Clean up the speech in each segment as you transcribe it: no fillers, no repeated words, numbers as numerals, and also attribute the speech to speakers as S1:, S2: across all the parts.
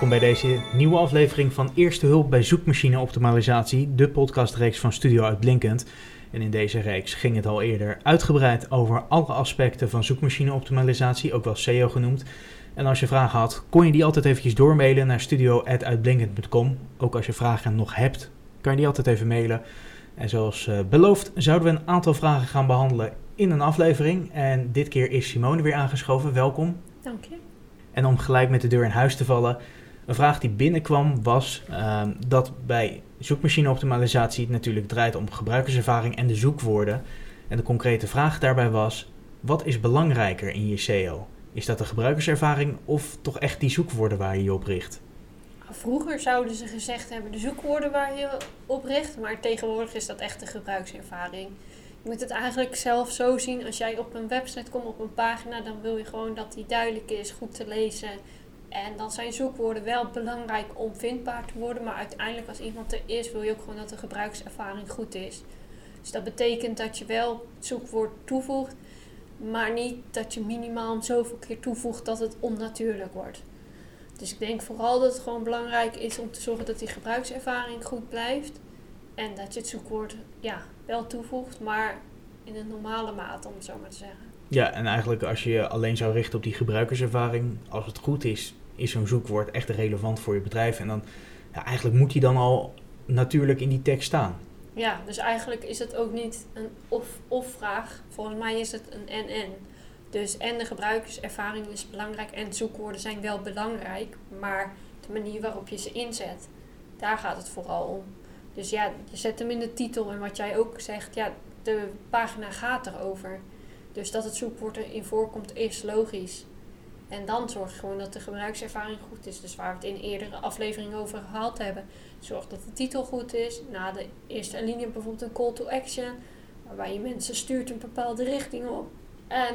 S1: Welkom bij deze nieuwe aflevering van Eerste Hulp bij Zoekmachine Optimalisatie, de podcastreeks van Studio Uitblinkend. En in deze reeks ging het al eerder uitgebreid over alle aspecten van zoekmachine optimalisatie, ook wel SEO genoemd. En als je vragen had, kon je die altijd eventjes doormailen naar studio@uitblinkend.com. Ook als je vragen nog hebt, kan je die altijd even mailen. En zoals beloofd zouden we een aantal vragen gaan behandelen in een aflevering. En dit keer is Simone weer aangeschoven. Welkom.
S2: Dank je.
S1: En om gelijk met de deur in huis te vallen, een vraag die binnenkwam was dat bij zoekmachine optimalisatie het natuurlijk draait om gebruikerservaring en de zoekwoorden. En de concrete vraag daarbij was, wat is belangrijker in je SEO? Is dat de gebruikerservaring of toch echt die zoekwoorden waar je je op richt?
S2: Vroeger zouden ze gezegd hebben de zoekwoorden waar je op richt, maar tegenwoordig is dat echt de gebruikservaring. Je moet het eigenlijk zelf zo zien, als jij op een website komt, op een pagina, dan wil je gewoon dat die duidelijk is, goed te lezen. En dan zijn zoekwoorden wel belangrijk om vindbaar te worden, maar uiteindelijk als iemand er is, wil je ook gewoon dat de gebruikservaring goed is. Dus dat betekent dat je wel het zoekwoord toevoegt, maar niet dat je minimaal zoveel keer toevoegt dat het onnatuurlijk wordt. Dus ik denk vooral dat het gewoon belangrijk is om te zorgen dat die gebruikservaring goed blijft. En dat je het zoekwoord wel toevoegt, maar in een normale mate, om het zo maar te zeggen.
S1: Ja, en eigenlijk als je je alleen zou richten op die gebruikerservaring, als het goed is zo'n zoekwoord echt relevant voor je bedrijf. En dan, eigenlijk moet die dan al natuurlijk in die tekst staan.
S2: Ja, dus eigenlijk is het ook niet een of vraag. Volgens mij is het een en. Dus en de gebruikerservaring is belangrijk en zoekwoorden zijn wel belangrijk, maar de manier waarop je ze inzet, daar gaat het vooral om. Dus ja, je zet hem in de titel en wat jij ook zegt, de pagina gaat erover. Dus dat het zoekwoord erin voorkomt is logisch. En dan zorg je gewoon dat de gebruikservaring goed is. Dus waar we het in eerdere afleveringen over gehad hebben. Zorg dat de titel goed is. Na de eerste linie bijvoorbeeld een call to action, waarbij je mensen stuurt een bepaalde richting op. En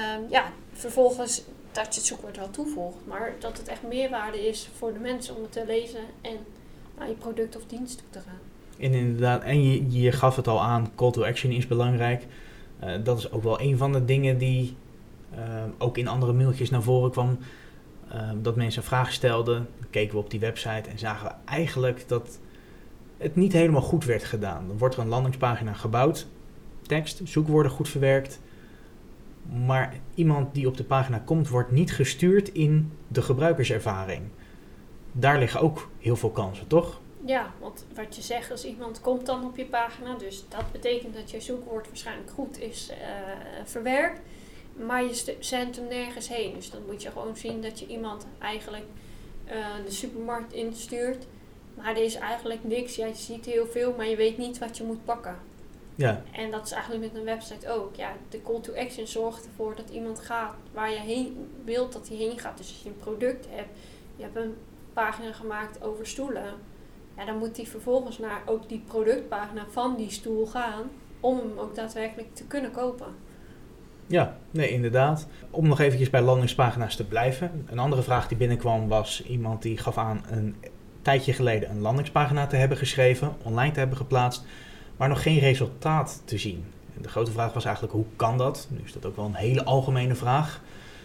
S2: vervolgens dat je het zoekwoord wel toevoegt, maar dat het echt meerwaarde is voor de mensen om het te lezen en naar je product of dienst toe te gaan.
S1: En inderdaad, en je gaf het al aan, call to action is belangrijk. Dat is ook wel een van de dingen die ook in andere mailtjes naar voren kwam. Dat mensen vragen stelden, dan keken we op die website en zagen we eigenlijk dat het niet helemaal goed werd gedaan. Dan wordt er een landingspagina gebouwd, tekst, zoekwoorden goed verwerkt. Maar iemand die op de pagina komt, wordt niet gestuurd in de gebruikerservaring. Daar liggen ook heel veel kansen, toch?
S2: Ja, want wat je zegt, als iemand komt dan op je pagina, dus dat betekent dat je zoekwoord waarschijnlijk goed is verwerkt. Maar je zendt hem nergens heen. Dus dan moet je gewoon zien dat je iemand eigenlijk de supermarkt instuurt. Maar er is eigenlijk niks. Ja, je ziet heel veel, maar je weet niet wat je moet pakken.
S1: Ja.
S2: En dat is eigenlijk met een website ook. Ja, de call to action zorgt ervoor dat iemand gaat waar je heen wilt dat hij heen gaat. Dus als je een product hebt, je hebt een pagina gemaakt over stoelen. Ja, dan moet hij vervolgens naar ook die productpagina van die stoel gaan om hem ook daadwerkelijk te kunnen kopen.
S1: Ja, nee, inderdaad. Om nog eventjes bij landingspagina's te blijven. Een andere vraag die binnenkwam was iemand die gaf aan een tijdje geleden een landingspagina te hebben geschreven, online te hebben geplaatst, maar nog geen resultaat te zien. En de grote vraag was eigenlijk, hoe kan dat? Nu is dat ook wel een hele algemene vraag.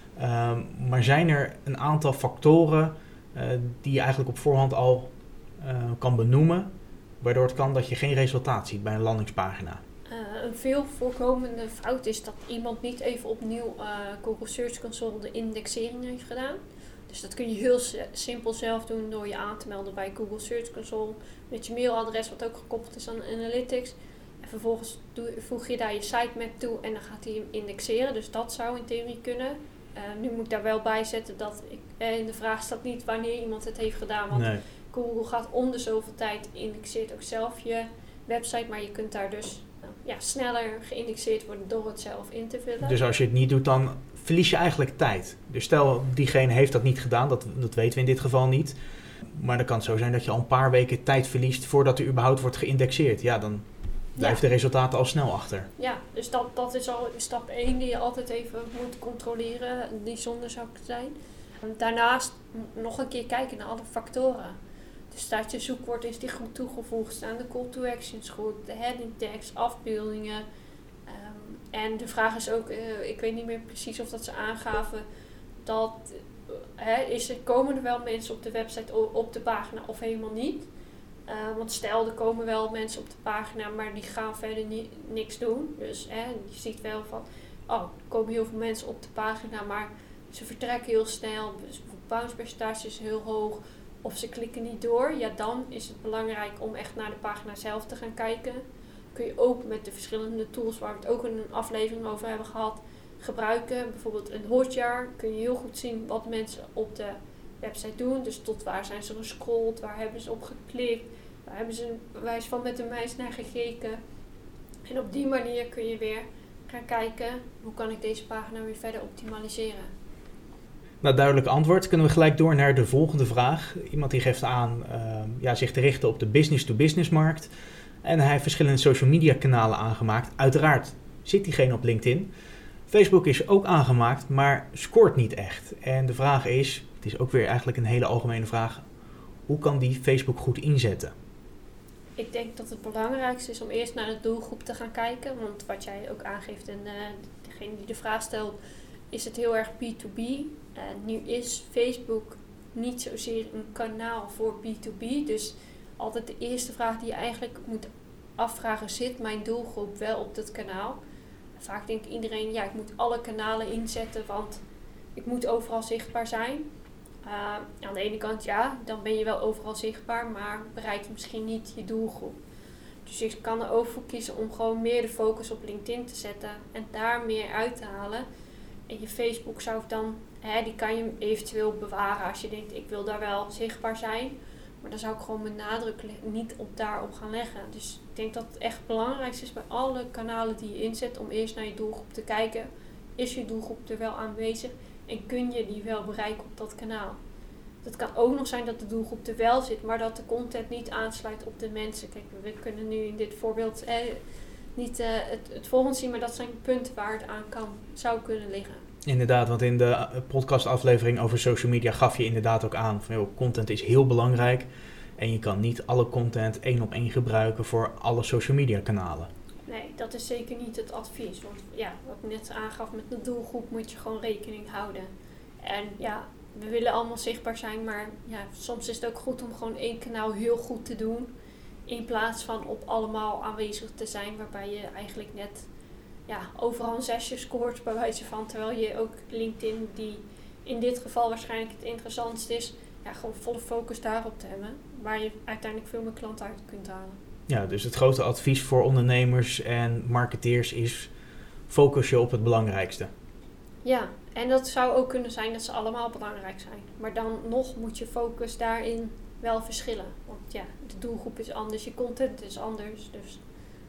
S1: Maar zijn er een aantal factoren die je eigenlijk op voorhand al kan benoemen, waardoor het kan dat je geen resultaat ziet bij een landingspagina?
S2: Een veel voorkomende fout is dat iemand niet even opnieuw Google Search Console de indexering heeft gedaan. Dus dat kun je heel simpel zelf doen door je aan te melden bij Google Search Console met je mailadres wat ook gekoppeld is aan Analytics. En vervolgens voeg je daar je sitemap toe en dan gaat hij hem indexeren. Dus dat zou in theorie kunnen. Nu moet ik daar wel bij zetten dat in de vraag staat niet wanneer iemand het heeft gedaan. Want nee. Google gaat om de zoveel tijd indexeert ook zelf je website. Maar je kunt daar dus sneller geïndexeerd worden door het zelf in te vullen.
S1: Dus als je het niet doet, dan verlies je eigenlijk tijd. Dus stel, diegene heeft dat niet gedaan, dat weten we in dit geval niet. Maar dan kan het zo zijn dat je al een paar weken tijd verliest voordat er überhaupt wordt geïndexeerd. Ja, dan blijven de resultaten al snel achter.
S2: Ja, dus dat is al stap 1 die je altijd even moet controleren, die zonde zou zijn. Daarnaast nog een keer kijken naar alle factoren. Dus staat je zoekwoord, is die goed toegevoegd? Staan de call to actions goed? De heading tags, afbeeldingen. En de vraag is ook, ik weet niet meer precies of dat ze aangaven dat komen er wel mensen op de website, op de pagina of helemaal niet? Want stel, er komen wel mensen op de pagina, maar die gaan verder niks doen. Dus je ziet wel van, er komen heel veel mensen op de pagina, maar ze vertrekken heel snel. Dus de bounce-percentage is heel hoog. Of ze klikken niet door. Ja, dan is het belangrijk om echt naar de pagina zelf te gaan kijken. Kun je ook met de verschillende tools, waar we het ook in een aflevering over hebben gehad, gebruiken. Bijvoorbeeld een Hotjar. Kun je heel goed zien wat mensen op de website doen. Dus tot waar zijn ze gescrolld, waar hebben ze op geklikt, waar hebben ze wijs van met de muis naar gekeken. En op die manier kun je weer gaan kijken, hoe kan ik deze pagina weer verder optimaliseren.
S1: Na duidelijk antwoord kunnen we gelijk door naar de volgende vraag. Iemand die geeft aan zich te richten op de business-to-business markt. En hij heeft verschillende social media kanalen aangemaakt. Uiteraard zit diegene op LinkedIn. Facebook is ook aangemaakt, maar scoort niet echt. En de vraag is, het is ook weer eigenlijk een hele algemene vraag, hoe kan die Facebook goed inzetten?
S2: Ik denk dat het belangrijkste is om eerst naar de doelgroep te gaan kijken. Want wat jij ook aangeeft en degene die de vraag stelt, is het heel erg B2B. Nu is Facebook niet zozeer een kanaal voor B2B. Dus altijd de eerste vraag die je eigenlijk moet afvragen, zit mijn doelgroep wel op dat kanaal? Vaak denkt iedereen, ik moet alle kanalen inzetten, want ik moet overal zichtbaar zijn. Aan de ene kant dan ben je wel overal zichtbaar, maar bereik je misschien niet je doelgroep. Dus je kan er ook voor kiezen om gewoon meer de focus op LinkedIn te zetten en daar meer uit te halen. En je Facebook zou ik dan, die kan je eventueel bewaren als je denkt, ik wil daar wel zichtbaar zijn. Maar dan zou ik gewoon mijn nadruk niet daarop gaan leggen. Dus ik denk dat het echt het belangrijkste is bij alle kanalen die je inzet, om eerst naar je doelgroep te kijken. Is je doelgroep er wel aanwezig en kun je die wel bereiken op dat kanaal? Het kan ook nog zijn dat de doelgroep er wel zit, maar dat de content niet aansluit op de mensen. Kijk, we kunnen nu in dit voorbeeld niet het volgende zien, maar dat zijn punten waar het aan zou kunnen liggen.
S1: Inderdaad, want in de podcastaflevering over social media gaf je inderdaad ook aan van content is heel belangrijk en je kan niet alle content 1 op 1 gebruiken voor alle social media kanalen.
S2: Nee, dat is zeker niet het advies, want wat ik net aangaf met de doelgroep moet je gewoon rekening houden. En we willen allemaal zichtbaar zijn, maar soms is het ook goed om gewoon 1 kanaal heel goed te doen, in plaats van op allemaal aanwezig te zijn, waarbij je eigenlijk net overal een 6 scoort bij wijze van, terwijl je ook LinkedIn, die in dit geval waarschijnlijk het interessantst is, gewoon volle focus daarop te hebben, waar je uiteindelijk veel meer klanten uit kunt halen.
S1: Ja, dus het grote advies voor ondernemers en marketeers is, focus je op het belangrijkste.
S2: Ja, en dat zou ook kunnen zijn dat ze allemaal belangrijk zijn. Maar dan nog moet je focus daarin wel verschillen. Want de doelgroep is anders, je content is anders, dus...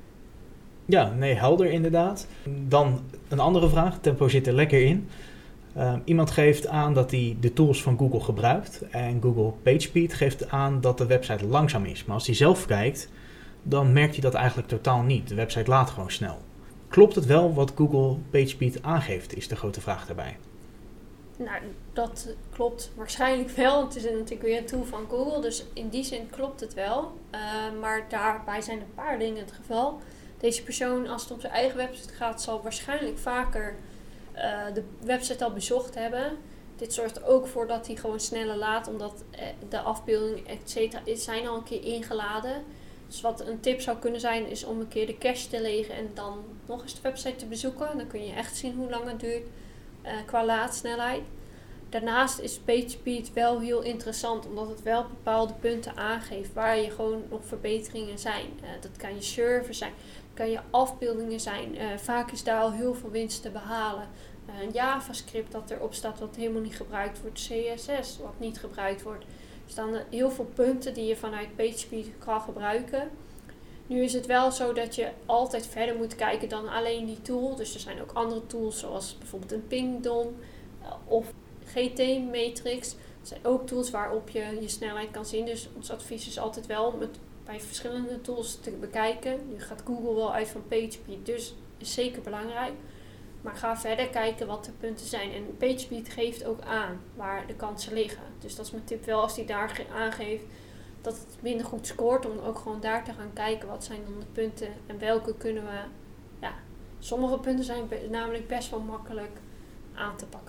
S1: Ja, nee, helder inderdaad. Dan een andere vraag, tempo zit er lekker in. Iemand geeft aan dat hij de tools van Google gebruikt en Google PageSpeed geeft aan dat de website langzaam is. Maar als hij zelf kijkt, dan merkt hij dat eigenlijk totaal niet. De website laat gewoon snel. Klopt het wel wat Google PageSpeed aangeeft, is de grote vraag daarbij.
S2: Nou, dat klopt waarschijnlijk wel. Het is natuurlijk weer een tool van Google, dus in die zin klopt het wel. Maar daarbij zijn een paar dingen het geval. Deze persoon, als het om zijn eigen website gaat, zal waarschijnlijk vaker de website al bezocht hebben. Dit zorgt er ook voor dat hij gewoon sneller laat, omdat de afbeeldingen etc. zijn al een keer ingeladen. Dus wat een tip zou kunnen zijn, is om een keer de cache te legen en dan nog eens de website te bezoeken. Dan kun je echt zien hoe lang het duurt qua laadsnelheid. Daarnaast is PageSpeed wel heel interessant, omdat het wel bepaalde punten aangeeft waar je gewoon nog verbeteringen zijn. Dat kan je server zijn, dat kan je afbeeldingen zijn. Vaak is daar al heel veel winst te behalen. Een JavaScript dat erop staat wat helemaal niet gebruikt wordt, CSS wat niet gebruikt wordt. Er staan heel veel punten die je vanuit PageSpeed kan gebruiken. Nu is het wel zo dat je altijd verder moet kijken dan alleen die tool. Dus er zijn ook andere tools zoals bijvoorbeeld een Pingdom of GT-matrix. Dat zijn ook tools waarop je je snelheid kan zien. Dus ons advies is altijd wel om het bij verschillende tools te bekijken. Nu gaat Google wel uit van PageSpeed, dus is zeker belangrijk. Maar ga verder kijken wat de punten zijn. En PageSpeed geeft ook aan waar de kansen liggen. Dus dat is mijn tip wel, als die daar aangeeft dat het minder goed scoort, om ook gewoon daar te gaan kijken wat zijn dan de punten en welke kunnen we... sommige punten zijn namelijk best wel makkelijk aan te pakken.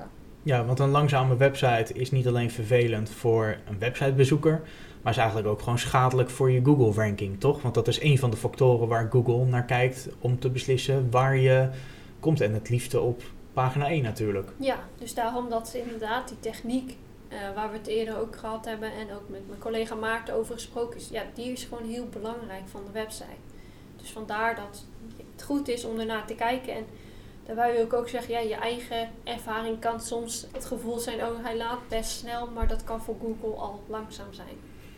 S1: Ja, want een langzame website is niet alleen vervelend voor een websitebezoeker, maar is eigenlijk ook gewoon schadelijk voor je Google-ranking, toch? Want dat is een van de factoren waar Google naar kijkt om te beslissen waar je komt. En het liefste op pagina 1 natuurlijk.
S2: Ja, dus daarom dat ze inderdaad die techniek, waar we het eerder ook gehad hebben en ook met mijn collega Maarten over gesproken is, ja, die is gewoon heel belangrijk van de website. Dus vandaar dat het goed is om ernaar te kijken. En daarbij wil ik ook zeggen, ja, je eigen ervaring kan soms het gevoel zijn, oh, hij laat best snel, maar dat kan voor Google al langzaam zijn.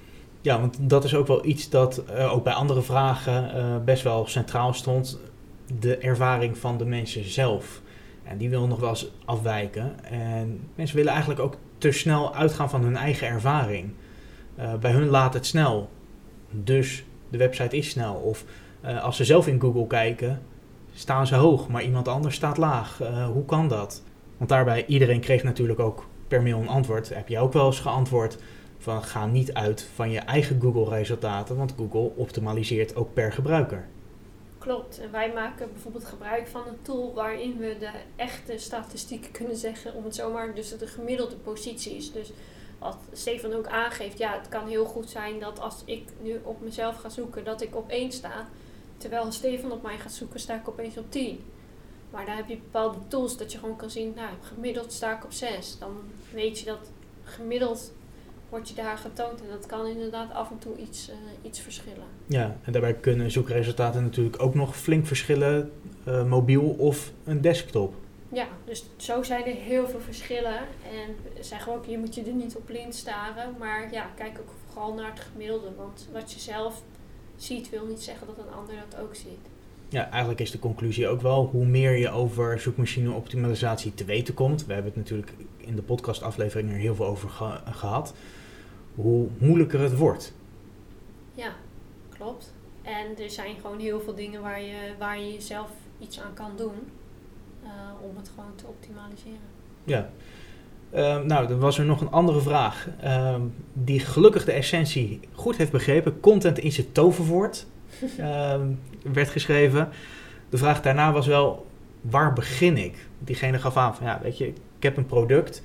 S1: Ja, want dat is ook wel iets dat ook bij andere vragen best wel centraal stond. De ervaring van de mensen zelf. En die wil nog wel eens afwijken. En mensen willen eigenlijk ook te snel uitgaan van hun eigen ervaring. Bij hun laat het snel. Dus de website is snel. Of als ze zelf in Google kijken, staan ze hoog, maar iemand anders staat laag. Hoe kan dat? Want daarbij, iedereen kreeg natuurlijk ook per mail een antwoord. Heb jij ook wel eens geantwoord van ga niet uit van je eigen Google-resultaten, want Google optimaliseert ook per gebruiker.
S2: Klopt. En wij maken bijvoorbeeld gebruik van een tool waarin we de echte statistieken kunnen zeggen, om het zomaar, dus de gemiddelde posities. Dus wat Stefan ook aangeeft, ja, het kan heel goed zijn dat als ik nu op mezelf ga zoeken, dat ik op 1 sta. Terwijl Stefan op mij gaat zoeken, sta ik opeens op 10. Maar dan heb je bepaalde tools dat je gewoon kan zien, nou, gemiddeld sta ik op 6. Dan weet je dat gemiddeld wordt je daar getoond. En dat kan inderdaad af en toe iets verschillen. Ja,
S1: en daarbij kunnen zoekresultaten natuurlijk ook nog flink verschillen, mobiel of een desktop.
S2: Ja, dus zo zijn er heel veel verschillen. En zeggen we ook, je moet je er niet op blind staren. Maar ja, kijk ook vooral naar het gemiddelde. Want wat je zelf ziet, wil niet zeggen dat een ander dat ook ziet.
S1: Ja, eigenlijk is de conclusie ook wel, hoe meer je over zoekmachine-optimalisatie te weten komt, we hebben het natuurlijk in de podcastaflevering er heel veel over gehad, hoe moeilijker het wordt.
S2: Ja, klopt. En er zijn gewoon heel veel dingen waar je zelf iets aan kan doen om het gewoon te optimaliseren.
S1: Ja. Nou, dan was er nog een andere vraag die gelukkig de essentie goed heeft begrepen. Content is het toverwoord. Werd geschreven. De vraag daarna was wel, waar begin ik? Diegene gaf aan van, ja, weet je, ik heb een product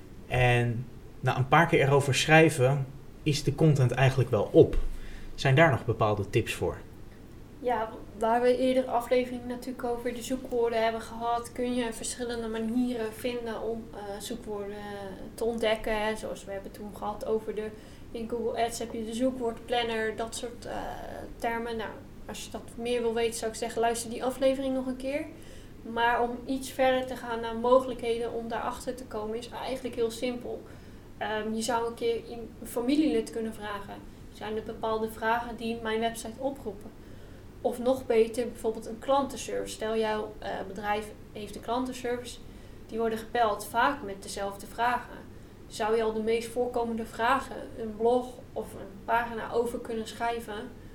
S1: en na een paar keer erover schrijven is de content eigenlijk wel op. Zijn daar nog bepaalde tips voor?
S2: Ja, waar we eerder aflevering natuurlijk over de zoekwoorden hebben gehad, kun je verschillende manieren vinden om zoekwoorden te ontdekken. Hè. Zoals we hebben toen gehad over in Google Ads heb je de zoekwoordplanner, dat soort termen. Nou, als je dat meer wil weten zou ik zeggen, luister die aflevering nog een keer. Maar om iets verder te gaan naar mogelijkheden om daarachter te komen is eigenlijk heel simpel. Je zou een keer een familielid kunnen vragen. Zijn er bepaalde vragen die mijn website oproepen? Of nog beter, bijvoorbeeld een klantenservice. Stel jouw bedrijf heeft een klantenservice. Die worden gebeld vaak met dezelfde vragen. Zou je al de meest voorkomende vragen, een blog of een pagina over kunnen schrijven,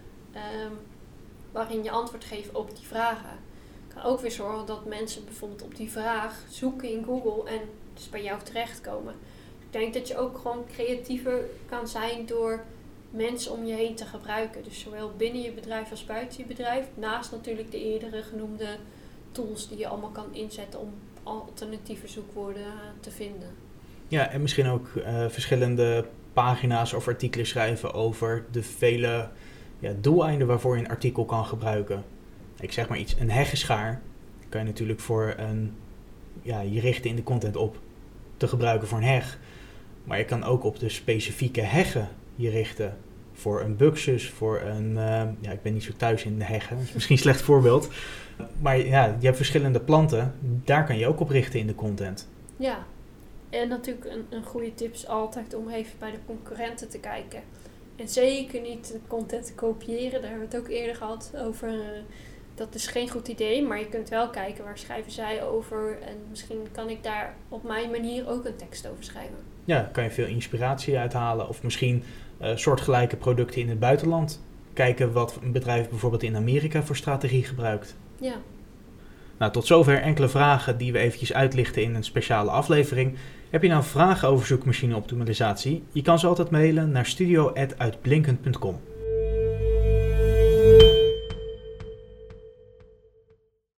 S2: waarin je antwoord geeft op die vragen. Kan ook weer zorgen dat mensen bijvoorbeeld op die vraag zoeken in Google en dus bij jou terechtkomen. Ik denk dat je ook gewoon creatiever kan zijn door mensen om je heen te gebruiken. Dus zowel binnen je bedrijf als buiten je bedrijf. Naast natuurlijk de eerdere genoemde tools die je allemaal kan inzetten om alternatieve zoekwoorden te vinden.
S1: Ja, en misschien ook verschillende pagina's of artikelen schrijven over de vele doeleinden waarvoor je een artikel kan gebruiken. Ik zeg maar iets, een heggenschaar kan je natuurlijk voor je richten in de content op te gebruiken voor een heg. Maar je kan ook op de specifieke heggen je richten. Voor een buxus, voor een... ik ben niet zo thuis in de heggen, dat is misschien een slecht voorbeeld. Maar ja, je hebt verschillende planten, daar kan je ook op richten in de content.
S2: Ja, en natuurlijk een goede tip is altijd om even bij de concurrenten te kijken. En zeker niet de content te kopiëren, daar hebben we het ook eerder gehad over. Dat is geen goed idee, maar je kunt wel kijken waar schrijven zij over. En misschien kan ik daar op mijn manier ook een tekst over schrijven. Ja,
S1: kan je veel inspiratie uithalen. Of misschien soortgelijke producten in het buitenland. Kijken wat een bedrijf bijvoorbeeld in Amerika voor strategie gebruikt.
S2: Ja.
S1: Nou, tot zover enkele vragen die we eventjes uitlichten in een speciale aflevering. Heb je nou vragen over zoekmachine-optimalisatie? Je kan ze altijd mailen naar studio@uitblinkend.com.